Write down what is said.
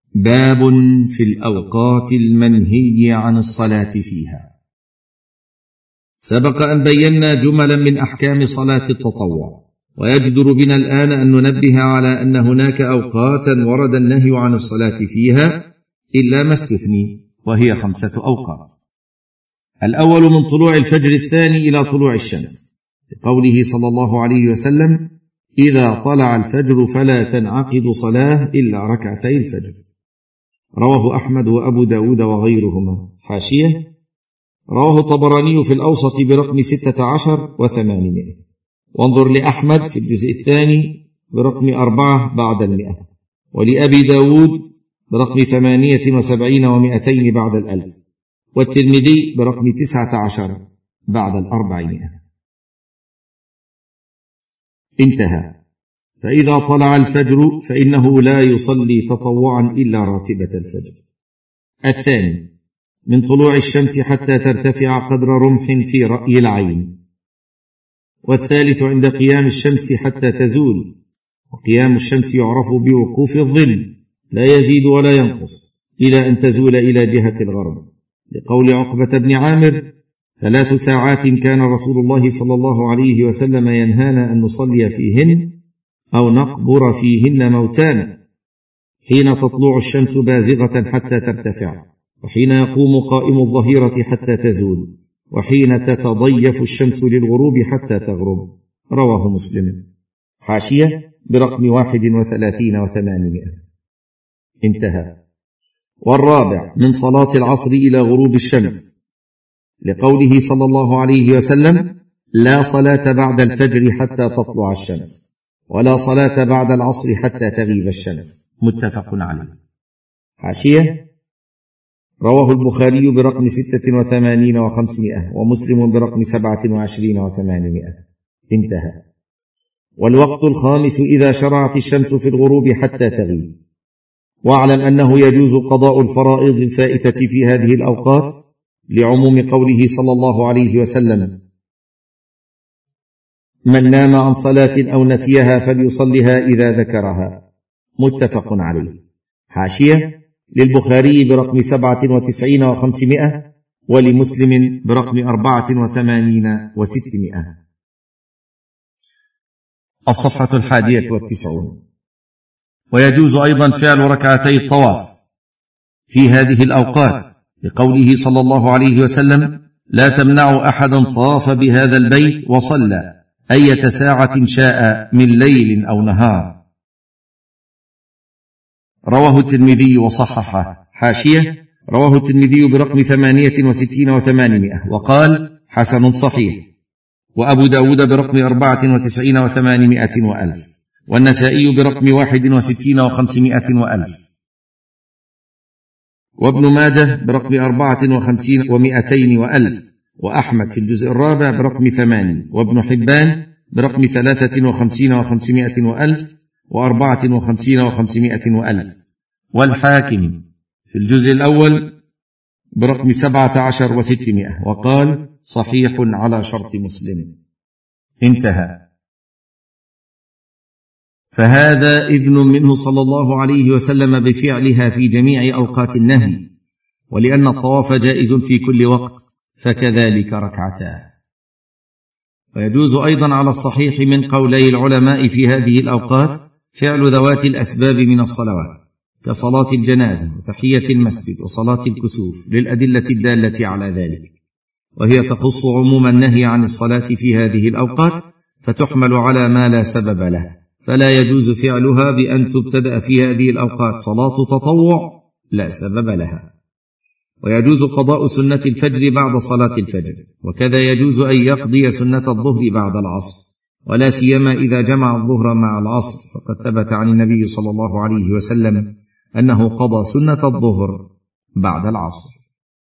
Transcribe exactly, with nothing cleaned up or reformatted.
باب في الأوقات المنهي عن الصلاة فيها. سبق أن بينا جملا من أحكام صلاة التطوع، ويجدر بنا الآن أن ننبه على أن هناك أوقاتا ورد النهي عن الصلاة فيها إلا ما استثني، وهي خمسة أوقات. الأول من طلوع الفجر الثاني إلى طلوع الشمس، لقوله صلى الله عليه وسلم: إذا طلع الفجر فلا تنعقد صلاة إلا ركعتي الفجر. رواه أحمد وأبو داود وغيرهما. حاشية: رواه الطبراني في الأوسط برقم ستة عشر وثمانمائة، وانظر لأحمد في الجزء الثاني برقم أربعة بعد المئة، ولأبي داود برقم ثمانية وسبعين ومئتين بعد الألف، والترمذي برقم تسعة عشر بعد الأربعمائة. انتهى. فإذا طلع الفجر فإنه لا يصلي تطوعا إلا راتبة الفجر. الثاني من طلوع الشمس حتى ترتفع قدر رمح في رأي العين. والثالث عند قيام الشمس حتى تزول، وقيام الشمس يعرف بوقوف الظل لا يزيد ولا ينقص إلى أن تزول إلى جهة الغرب، لقول عقبة بن عامر: ثلاث ساعات كان رسول الله صلى الله عليه وسلم ينهانا أن نصلي فيهن أو نقبر فيهن موتانا، حين تطلع الشمس بازغة حتى ترتفع، وحين يقوم قائم الظهيرة حتى تزول، وحين تتضيف الشمس للغروب حتى تغرب. رواه مسلم. حاشية: برقم واحد وثلاثين وثمانمائة. انتهى. والرابع من صلاة العصر إلى غروب الشمس، لقوله صلى الله عليه وسلم: لا صلاة بعد الفجر حتى تطلع الشمس، ولا صلاة بعد العصر حتى تغيب الشمس. متفق عليه. حاشية: رواه البخاري برقم ستة وثمانين وخمسمائة، ومسلم برقم سبعة وعشرين وثمانمائة. انتهى. والوقت الخامس إذا شرعت الشمس في الغروب حتى تغيب. واعلم أنه يجوز قضاء الفرائض الفائتة في هذه الأوقات، لعموم قوله صلى الله عليه وسلم: من نام عن صلاة أو نسيها فليصلها إذا ذكرها. متفق عليه. حاشية: للبخاري برقم سبعة وتسعين وخمسمائة، ولمسلم برقم أربعة وثمانين وستمائة. الصفحة الحادية والتسعون. ويجوز أيضا فعل ركعتي الطواف في هذه الأوقات، لقوله صلى الله عليه وسلم: لا تمنع أحدا طاف بهذا البيت وصلى أية ساعة شاء من ليل أو نهار. رواه الترمذي وصححه. حاشية: رواه الترمذي برقم ثمانية وستين وثمانمائة، وقال: حسن صحيح. وأبو داود برقم أربعة وتسعين وثمانمائة وألف، والنسائي برقم واحد وستين وخمسمائة وألف، وابن ماجه برقم أربعة وخمسين ومائتين وألف، وأحمد في الجزء الرابع برقم ثمانين، وابن حبان برقم ثلاثة وخمسين وخمسمائة وألف، وأربعة وخمسين وخمسمائة وألف، والحاكم في الجزء الأول برقم سبعة عشر وستمائة، وقال: صحيح على شرط مسلم. انتهى. فهذا إذن منه صلى الله عليه وسلم بفعلها في جميع أوقات النهي، ولأن الطواف جائز في كل وقت فكذلك ركعتان. ويجوز أيضا على الصحيح من قولي العلماء في هذه الأوقات فعل ذوات الأسباب من الصلوات، كصلاة الجنازة وتحية المسجد وصلاة الكسوف، للأدلة الدالة على ذلك، وهي تخص عموم النهي عن الصلاة في هذه الأوقات، فتحمل على ما لا سبب له، فلا يجوز فعلها بأن تبتدأ في هذه الأوقات صلاة تطوع لا سبب لها. ويجوز قضاء سنة الفجر بعد صلاة الفجر، وكذا يجوز أن يقضي سنة الظهر بعد العصر، ولا سيما إذا جمع الظهر مع العصر، فقد ثبت عن النبي صلى الله عليه وسلم أنه قضى سنة الظهر بعد العصر.